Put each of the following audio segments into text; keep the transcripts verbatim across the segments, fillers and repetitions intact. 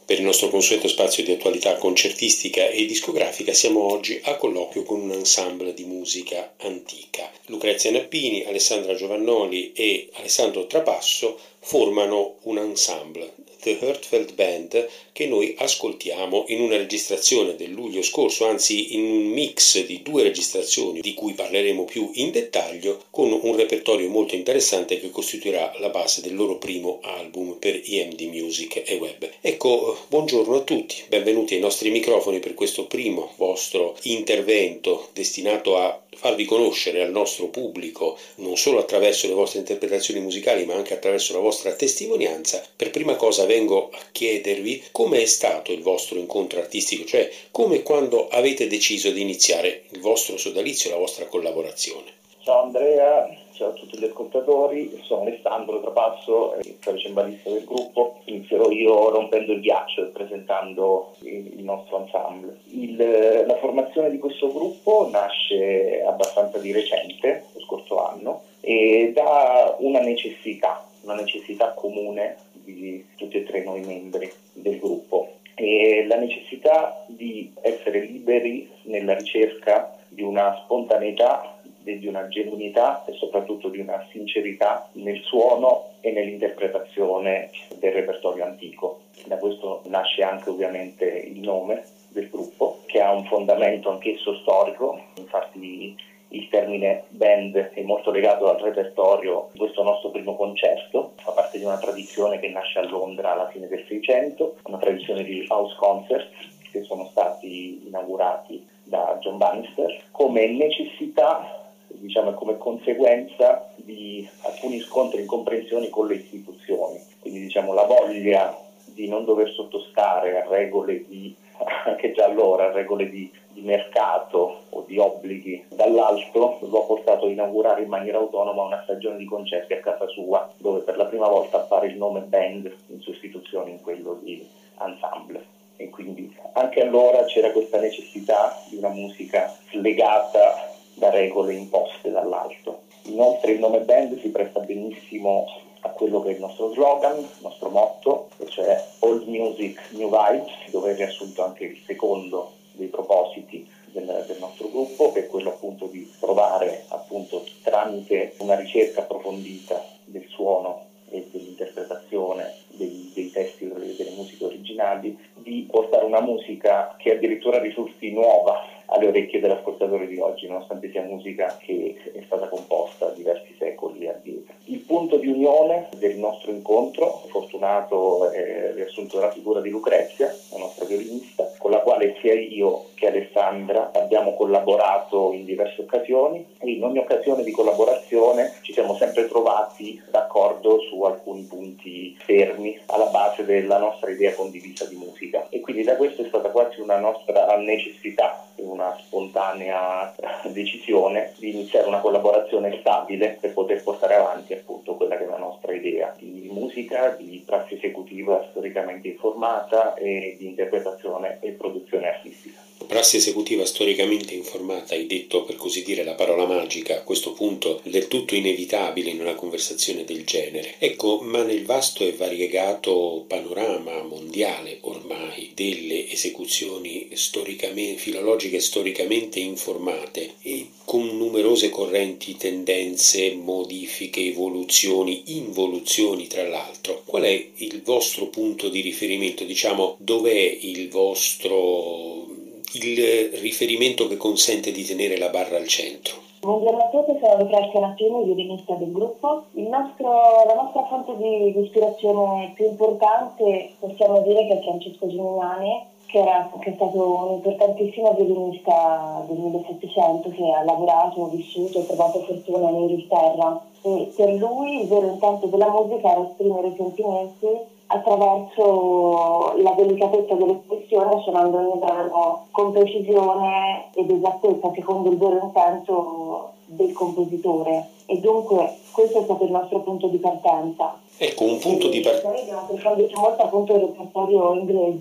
Per il nostro consueto spazio di attualità concertistica e discografica siamo oggi a colloquio con un ensemble di musica antica. Lucrezia Nappini, Alessandra Giovannoli e Alessandro Trapasso formano un ensemble, The Heartfelt Band, che noi ascoltiamo in una registrazione del luglio scorso, anzi in un mix di due registrazioni di cui parleremo più in dettaglio, con un repertorio molto interessante che costituirà la base del loro primo album per E M D Music e Web. Ecco, buongiorno a tutti, benvenuti ai nostri microfoni per questo primo vostro intervento destinato a farvi conoscere al nostro pubblico, non solo attraverso le vostre interpretazioni musicali, ma anche attraverso la vostra testimonianza. Per prima cosa vengo a chiedervi come è stato il vostro incontro artistico, cioè come e quando avete deciso di iniziare il vostro sodalizio, la vostra collaborazione. Ciao Andrea, ciao a tutti gli ascoltatori, sono Alessandro Trapasso, il cembalista del gruppo. Inizierò io rompendo il ghiaccio e presentando il nostro ensemble. Il, la formazione di questo gruppo nasce abbastanza di recente, lo scorso anno, e da una necessità, una necessità comune di tutti e tre noi membri del gruppo. E la necessità di essere liberi nella ricerca di una spontaneità, di una genuinità e soprattutto di una sincerità nel suono e nell'interpretazione del repertorio antico. Da questo nasce anche ovviamente il nome del gruppo, che ha un fondamento anch'esso storico. Infatti il termine band è molto legato al repertorio di questo nostro primo concerto, fa parte di una tradizione che nasce a Londra alla fine del Seicento, una tradizione di house concert che sono stati inaugurati da John Bannister come necessità, diciamo, come conseguenza di alcuni scontri e incomprensioni con le istituzioni. Quindi diciamo la voglia di non dover sottostare a regole di, anche già allora, a regole di, di mercato o di obblighi dall'alto, lo ha portato a inaugurare in maniera autonoma una stagione di concerti a casa sua, dove per la prima volta appare il nome band in sostituzione in quello di ensemble. E quindi anche allora c'era questa necessità di una musica slegata da regole imposte dall'alto. Inoltre il nome band si presta benissimo a quello che è il nostro slogan, il nostro motto, cioè Old Music, New Vibes, dove è riassunto anche il secondo dei propositi del, del nostro gruppo, che è quello appunto di provare appunto tramite una ricerca approfondita del suono e dell'interpretazione dei, dei testi delle, delle musiche originali, di portare una musica che addirittura risulti nuova alle orecchie dell'ascoltatore di oggi, nonostante sia musica che è stata composta diversi secoli addietro. Il punto di unione del nostro incontro, fortunato, è riassunto dalla figura di Lucrezia, la nostra violinista, con la quale sia io che Alessandra abbiamo collaborato in diverse occasioni, e in ogni occasione di collaborazione ci siamo sempre trovati d'accordo su alcuni punti fermi alla base della nostra idea condivisa di musica, e quindi da questo è stata quasi una nostra necessità, una spontanea decisione di iniziare una collaborazione stabile per poter portare avanti appunto quella che è la nostra idea di musica, di prassi esecutiva storicamente informata e di interpretazione e produzione artistica. Prassi esecutiva storicamente informata, hai detto per così dire la parola magica, a questo punto del tutto inevitabile in una conversazione del genere. Ecco, ma nel vasto e variegato panorama mondiale ormai delle esecuzioni storicamente, filologiche storicamente informate e con numerose correnti, tendenze, modifiche, evoluzioni, involuzioni tra l'altro, qual è il vostro punto di riferimento? Diciamo, dov'è il vostro il riferimento che consente di tenere la barra al centro? Buongiorno a tutti, sono Lucrezia Nappini, violinista del gruppo. Il nostro, la nostra fonte di, di ispirazione più importante possiamo dire che è Francesco Gimignani, che, era, che è stato un importantissimo violinista del millesettecento, che ha lavorato, vissuto e trovato fortuna in Inghilterra. E per lui il vero intento della musica era esprimere i sentimenti attraverso la delicatezza dell'espressione, suonando ogni brano con precisione ed esattezza secondo il vero intento del compositore, e dunque questo è stato il nostro punto di partenza. Ecco, un punto e di partenza. Noi abbiamo approfondito molto appunto il repertorio inglese,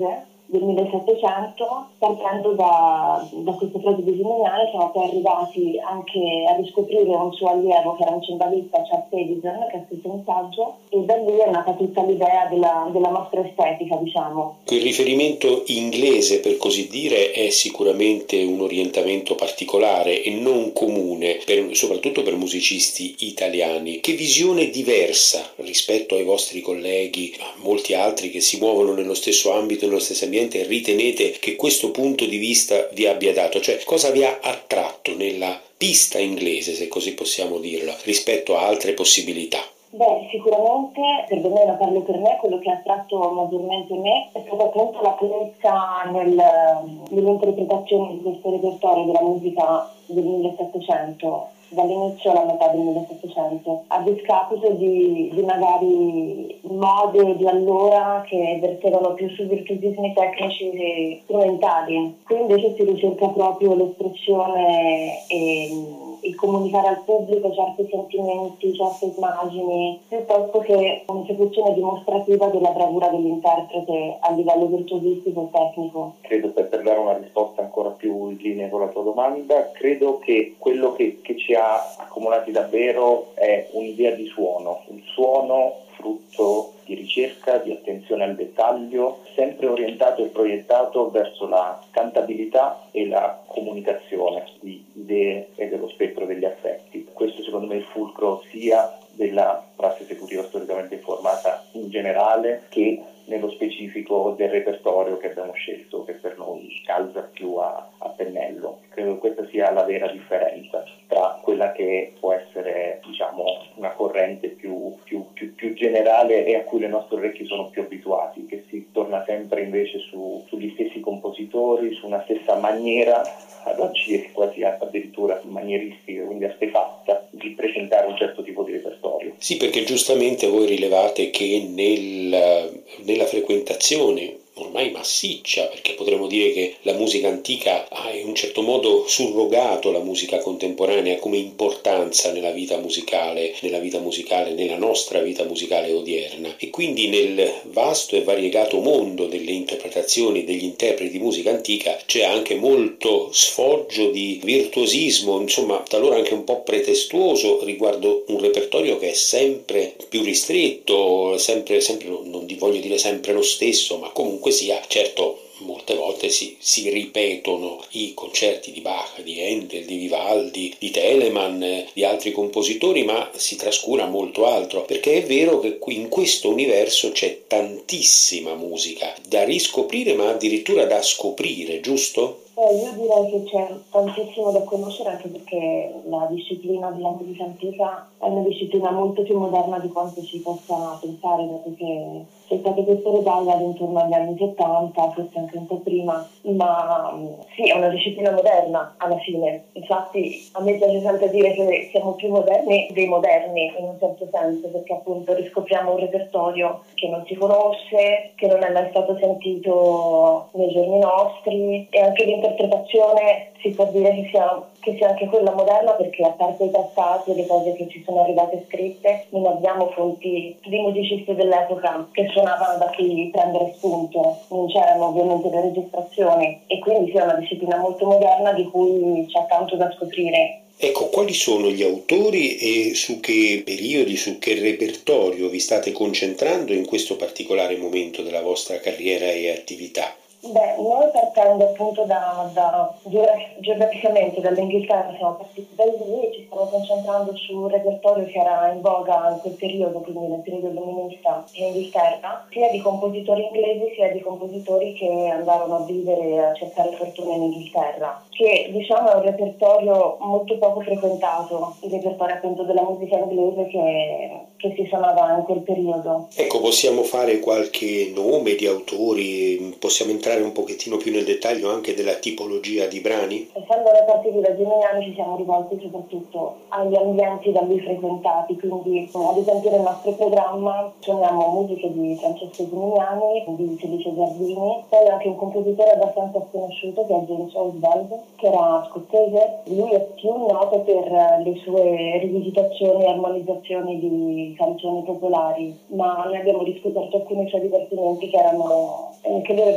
del millesettecento, partendo da, da queste frasi di Gimignani siamo poi arrivati anche a riscoprire un suo allievo che era un cembalista, Charles Edison, che ha scritto un saggio, e da lì è nata tutta l'idea della, della nostra estetica, diciamo. Il riferimento inglese, per così dire, è sicuramente un orientamento particolare e non comune, per, soprattutto per musicisti italiani. Che visione diversa rispetto ai vostri colleghi, a molti altri che si muovono nello stesso ambito, nello stesso ambiente, ritenete che questo punto di vista vi abbia dato? Cioè, cosa vi ha attratto nella pista inglese, se così possiamo dirlo, rispetto a altre possibilità? Beh, sicuramente, perlomeno parlo per me, quello che ha attratto maggiormente me è stata appunto la pienezza nel, nell'interpretazione di questo repertorio della musica del millesettecento, dall'inizio alla metà del millesettecento, a discapito di, di magari mode di allora che vertevano più su virtuosismi tecnici e strumentali. Qui invece si ricerca proprio l'espressione e il comunicare al pubblico certi sentimenti, certe immagini, piuttosto che un'esecuzione dimostrativa della bravura dell'interprete a livello virtuosistico e tecnico. Credo, per, per dare una risposta ancora più in linea con la tua domanda, credo che quello che, che ci ha accomunati davvero è un'idea di suono, un suono frutto di ricerca, di attenzione al dettaglio, sempre orientato e proiettato verso la cantabilità e la comunicazione di idee e dello spettro degli affetti. Questo secondo me è il fulcro sia della prasse esecutiva storicamente informata in generale che nello specifico del repertorio che abbiamo scelto, che per noi calza più a, a pennello. Credo che questa sia la vera differenza tra quella che può essere, diciamo, una corrente più, più, più, più generale e a cui le nostre orecchie sono più abituati, che si torna sempre invece su, sugli stessi compositori, su una stessa maniera, ad oggi quasi addirittura manieristica, quindi artefatta, di presentare un certo tipo di repertorio. Sì, perché giustamente voi rilevate che nel, nella frequentazione ormai massiccia, perché potremmo dire che la musica antica ha in un certo modo surrogato la musica contemporanea come importanza nella vita musicale, nella vita musicale, nella nostra vita musicale odierna, e quindi nel vasto e variegato mondo delle interpretazioni degli interpreti di musica antica c'è anche molto sfoggio di virtuosismo, insomma talora anche un po' pretestuoso riguardo un repertorio che è sempre più ristretto, sempre, sempre non voglio dire sempre lo stesso, ma comunque sia, certo molte volte si, si ripetono i concerti di Bach, di Handel, di Vivaldi, di Telemann, di altri compositori, ma si trascura molto altro, perché è vero che qui in questo universo c'è tantissima musica da riscoprire, ma addirittura da scoprire, giusto? Eh, io direi che c'è tantissimo da conoscere, anche perché la disciplina della musica antica è una disciplina molto più moderna di quanto si possa pensare, dato che c'è stato questo revival intorno agli anni settanta, forse anche un po' prima, ma sì, è una disciplina moderna alla fine. Infatti a me piace sempre dire che siamo più moderni dei moderni, in un certo senso, perché appunto riscopriamo un repertorio che non si conosce, che non è mai stato sentito nei giorni nostri, e anche l'interpretazione si può dire che sia, che sia anche quella moderna, perché a parte i trattati e le cose che ci sono arrivate scritte, non abbiamo fonti di musicisti dell'epoca che suonavano da cui prendere spunto, non c'erano ovviamente le registrazioni, e quindi sia una disciplina molto moderna di cui c'è tanto da scoprire. Ecco, quali sono gli autori e su che periodi, su che repertorio vi state concentrando in questo particolare momento della vostra carriera e attività? Beh, noi partendo appunto da, da geograficamente dall'Inghilterra siamo partiti da lì e ci stiamo concentrando su un repertorio che era in voga in quel periodo, quindi nel periodo illuminista in Inghilterra, sia di compositori inglesi sia di compositori che andarono a vivere e a cercare fortuna in Inghilterra, che diciamo è un repertorio molto poco frequentato, il repertorio appunto della musica inglese che, che si suonava in quel periodo. Ecco, possiamo fare qualche nome di autori, possiamo entrare un pochettino più nel dettaglio anche della tipologia di brani? Essendo noi partiti da Gimignani ci siamo rivolti soprattutto agli ambienti da lui frequentati, quindi ad esempio nel nostro programma suoniamo musiche di Francesco Gimignani, di Felice Giardini, poi anche un compositore abbastanza sconosciuto che è James Oswald, che era scozzese. Lui è più noto per le sue rivisitazioni e armonizzazioni di canzoni popolari, ma noi abbiamo riscoperto alcuni suoi divertimenti che erano eh, che lui aveva pubblicato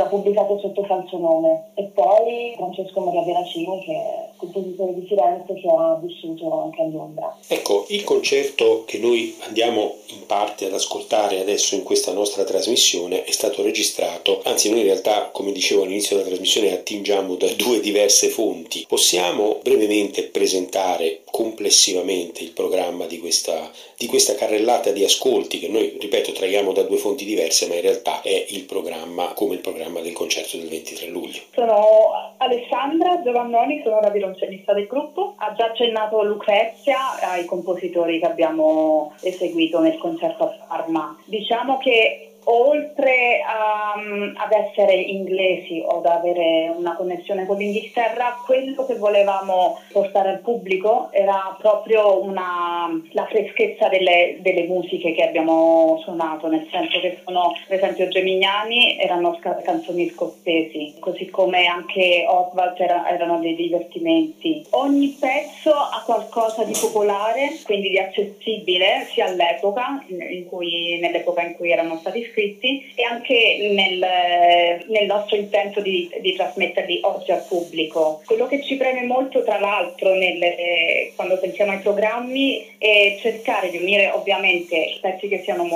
iniziato sotto falso nome, e poi Francesco Maria Veracini, che è compositore di Firenze, che ha vissuto anche a Londra. Ecco, il concerto che noi andiamo in parte ad ascoltare adesso in questa nostra trasmissione è stato registrato, anzi noi in realtà, come dicevo all'inizio della trasmissione, attingiamo da due diverse fonti. Possiamo brevemente presentare complessivamente il programma di questa, di questa carrellata di ascolti che noi, ripeto, traiamo da due fonti diverse, ma in realtà è il programma come il programma del concerto del ventitré luglio. Sono Alessandra Giovannoni, sono la violoncellista del gruppo. Ha già accennato Lucrezia ai compositori che abbiamo eseguito nel concerto a Parma. Diciamo che oltre a, ad essere inglesi o ad avere una connessione con l'Inghilterra, quello che volevamo portare al pubblico era proprio una, la freschezza delle, delle musiche che abbiamo suonato, nel senso che sono, per esempio, Gemignani erano sca- canzoni scozzesi, così come anche Oswald era, erano dei divertimenti. Ogni pezzo ha qualcosa di popolare, quindi di accessibile sia all'epoca, in, in cui, nell'epoca in cui erano stati scritti, e anche nel, nel nostro intento di, di trasmetterli oggi al pubblico. Quello che ci preme molto, tra l'altro, nelle, quando pensiamo ai programmi, è cercare di unire ovviamente pezzi che siano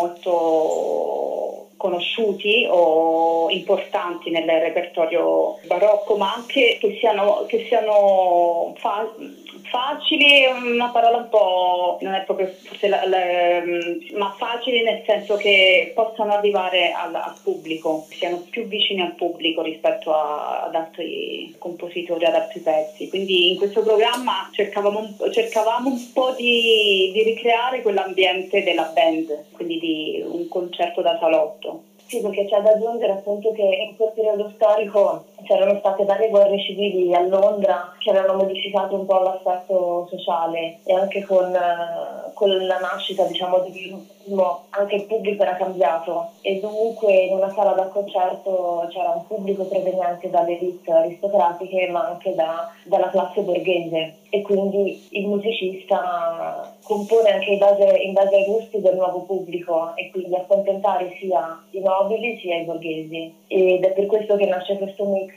molto conosciuti o importanti nel repertorio barocco, ma anche che siano, che siano fa- facili, una parola un po', non è proprio forse la, la, ma facili nel senso che possano arrivare al, al pubblico, siano più vicini al pubblico rispetto a, ad altri compositori, ad altri pezzi. Quindi in questo programma cercavamo, cercavamo un po' di, di ricreare quell'ambiente della band, quindi di un concerto da salotto. Sì, perché c'è da aggiungere appunto che in quel periodo storico c'erano state varie guerre civili a Londra che avevano modificato un po' l'aspetto sociale, e anche con, eh, con la nascita, diciamo, di anche il pubblico era cambiato, e dunque in una sala da concerto c'era un pubblico proveniente dalle elite aristocratiche ma anche da, dalla classe borghese, e quindi il musicista compone anche in base, in base ai gusti del nuovo pubblico, e quindi accontentare sia i nobili sia i borghesi, ed è per questo che nasce questo mix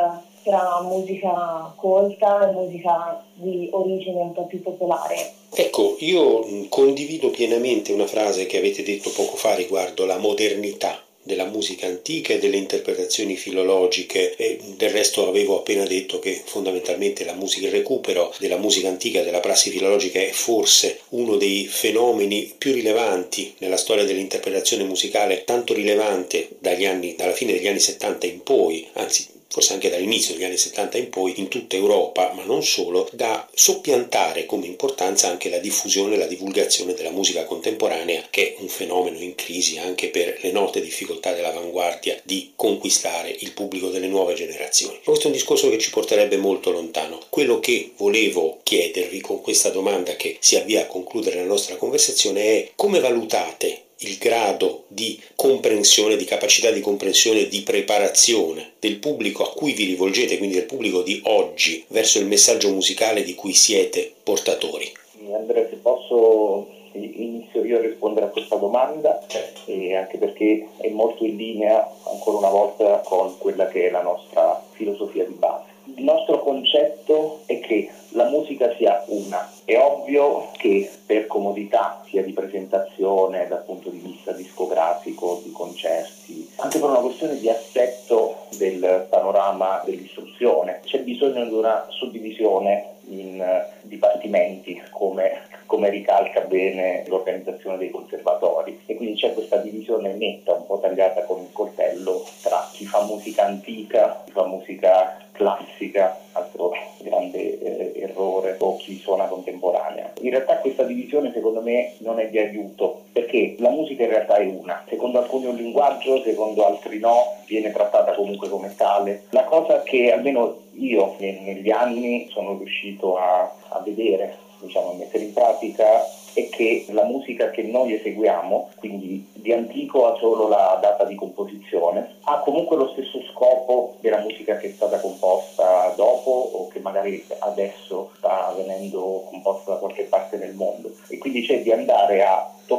tra musica colta e musica di origine un po' più popolare. Ecco, io condivido pienamente una frase che avete detto poco fa riguardo la modernità della musica antica e delle interpretazioni filologiche, e del resto avevo appena detto che fondamentalmente la musica, il recupero della musica antica e della prassi filologica è forse uno dei fenomeni più rilevanti nella storia dell'interpretazione musicale, tanto rilevante dagli anni, dalla fine degli anni settanta in poi, anzi forse anche dall'inizio degli anni settanta in poi, in tutta Europa, ma non solo, da soppiantare come importanza anche la diffusione e la divulgazione della musica contemporanea, che è un fenomeno in crisi anche per le note difficoltà dell'avanguardia di conquistare il pubblico delle nuove generazioni. Questo è un discorso che ci porterebbe molto lontano. Quello che volevo chiedervi con questa domanda che si avvia a concludere la nostra conversazione è: come valutate il grado di comprensione, di capacità di comprensione e di preparazione del pubblico a cui vi rivolgete, quindi del pubblico di oggi, verso il messaggio musicale di cui siete portatori? Andrea, se posso inizio io a rispondere a questa domanda, e anche perché è molto in linea ancora una volta con quella che è la nostra filosofia di base. Il nostro concetto è che la musica sia una. È ovvio che per comodità sia di presentazione dal punto di vista discografico, di concerti, anche per una questione di assetto del panorama dell'istruzione, c'è bisogno di una suddivisione in dipartimenti, come, come ricalca bene l'organizzazione dei conservatori, e quindi c'è questa divisione netta, un po' tagliata con il coltello, tra chi fa musica antica, chi fa musica classica, altro grande eh, errore, o chi suona contemporanea. In realtà questa divisione secondo me non è di aiuto, perché la musica in realtà è una. Secondo alcuni è un linguaggio, secondo altri no, viene trattata comunque come tale. La cosa che almeno io negli anni sono riuscito a, a vedere, diciamo, a mettere in pratica, è che la musica che noi eseguiamo, quindi di antico ha solo la data di composizione, ha comunque lo stesso scopo della musica che è stata composta dopo o che magari adesso sta venendo composta da qualche parte nel mondo, e quindi c'è di andare a toccare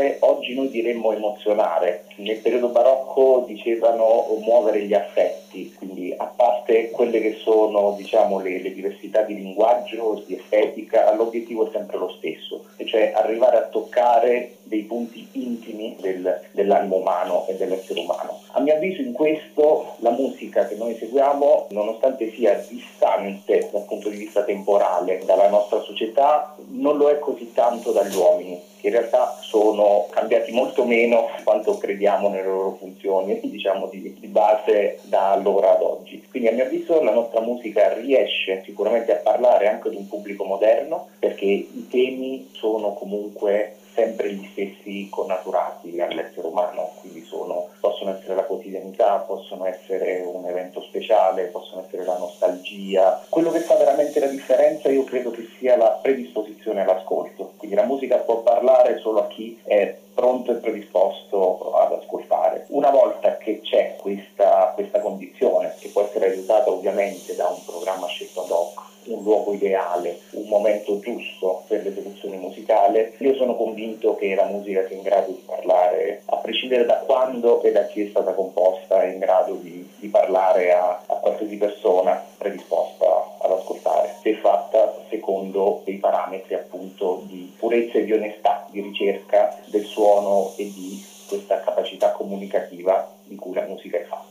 musicale oggi noi diremmo emozionare. Nel periodo barocco dicevano muovere gli affetti, quindi a parte quelle che sono diciamo le, le diversità di linguaggio, di estetica, l'obiettivo è sempre lo stesso, e cioè arrivare a toccare dei punti intimi del, dell'animo umano e dell'essere umano. A mio avviso in questo la musica che noi seguiamo, nonostante sia distante dal punto di vista temporale dalla nostra società, non lo è così tanto dagli uomini, che in realtà sono cambiati molto meno quanto crediamo nelle loro funzioni, diciamo di, di base da allora ad oggi. Quindi a mio avviso la nostra musica riesce sicuramente a parlare anche ad un pubblico moderno, perché i temi sono comunque sempre gli stessi connaturati all'essere umano, quindi sono, possono essere la quotidianità, possono essere un evento speciale, possono essere la nostalgia. Quello che fa veramente la differenza io credo che sia la predisposizione all'ascolto, quindi la musica può parlare solo a chi è pronto e predisposto ad ascoltare. Una volta che c'è questa, questa condizione, che può essere aiutata ovviamente da un programma scelto ad hoc, un luogo ideale, un momento giusto per l'esecuzione musicale, io sono convinto che la musica sia in grado di parlare, a prescindere da quando e da chi è stata composta, è in grado di, di parlare a, a qualsiasi persona predisposta ad ascoltare, se fatta secondo dei parametri appunto di purezza e di onestà, di ricerca del suono e di questa capacità comunicativa di cui la musica è fatta.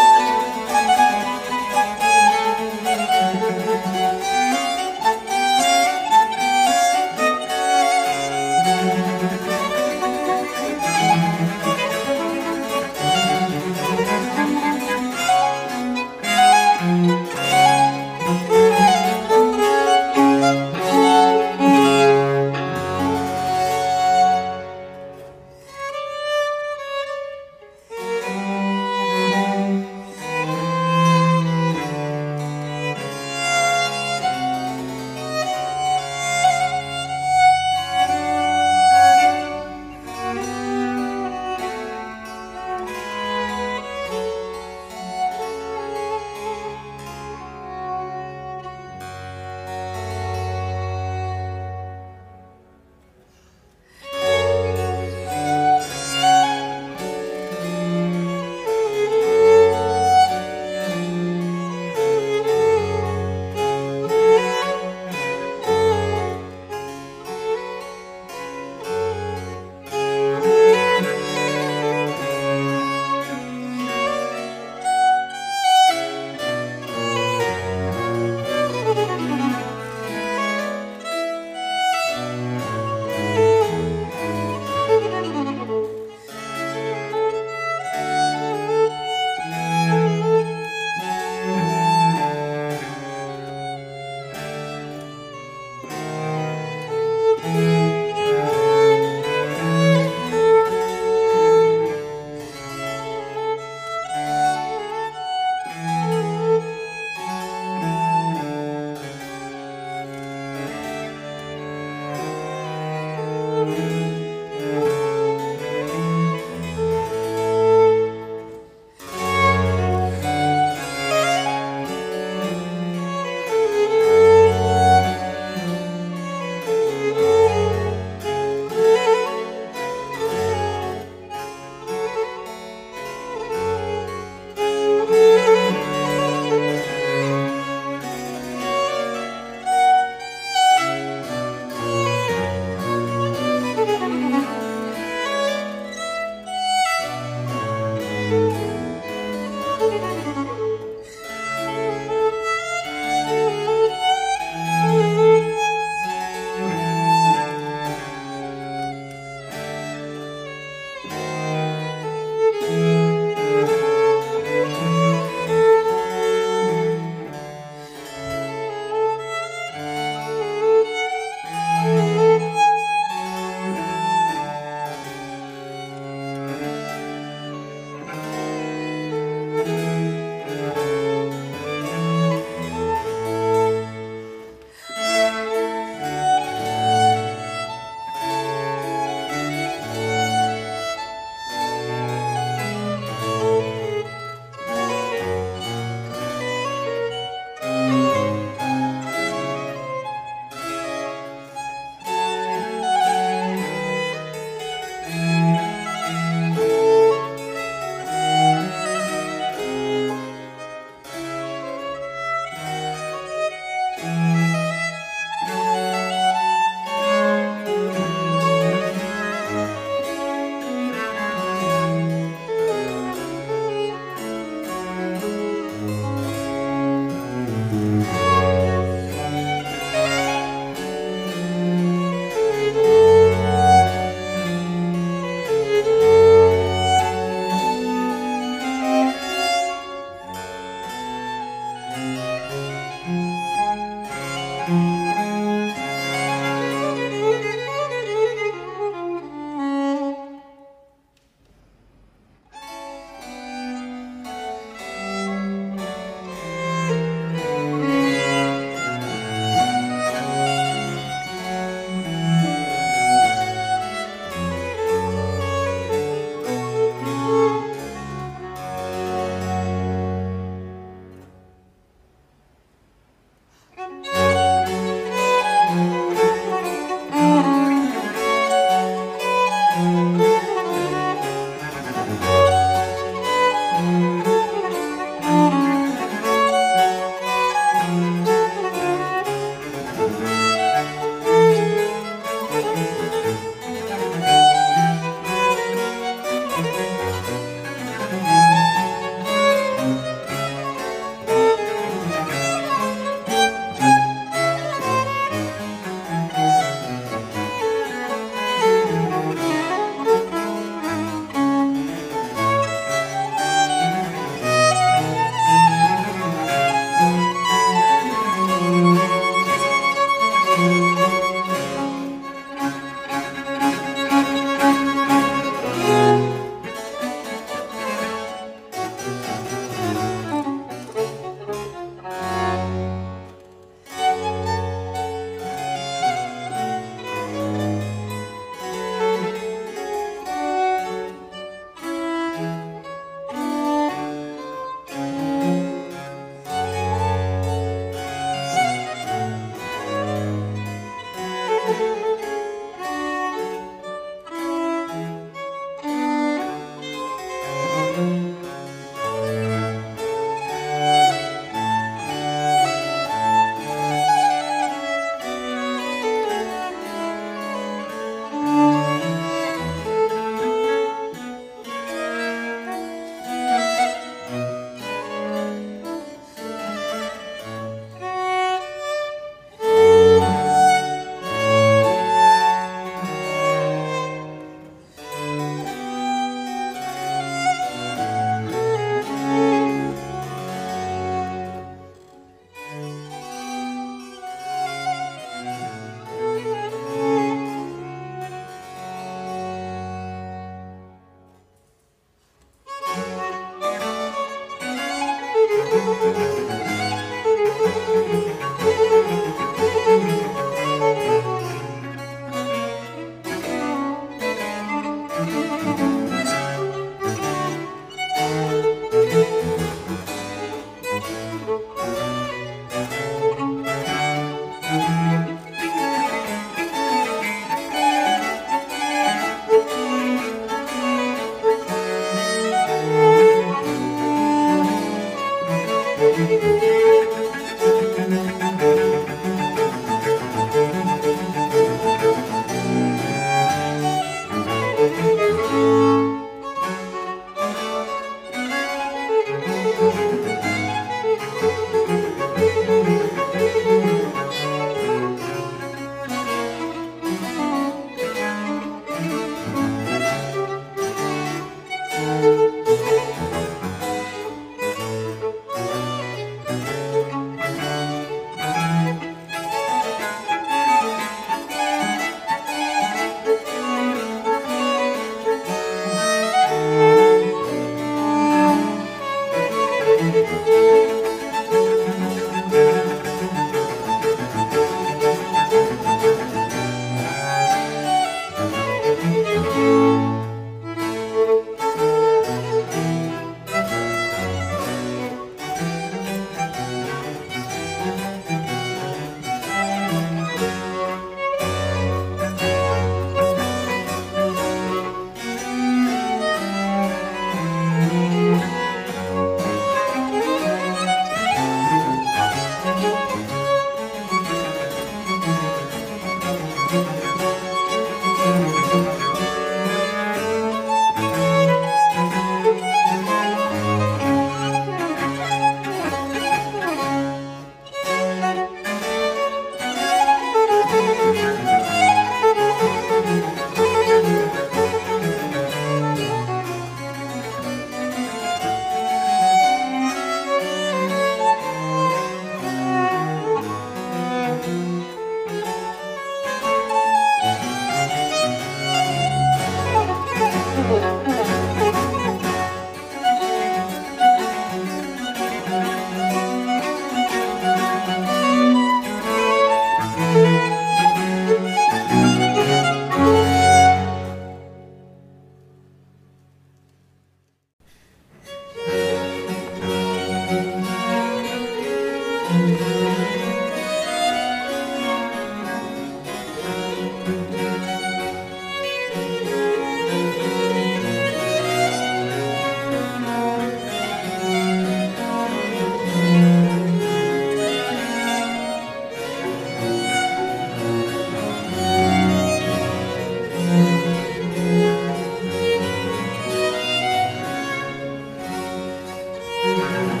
Thank you.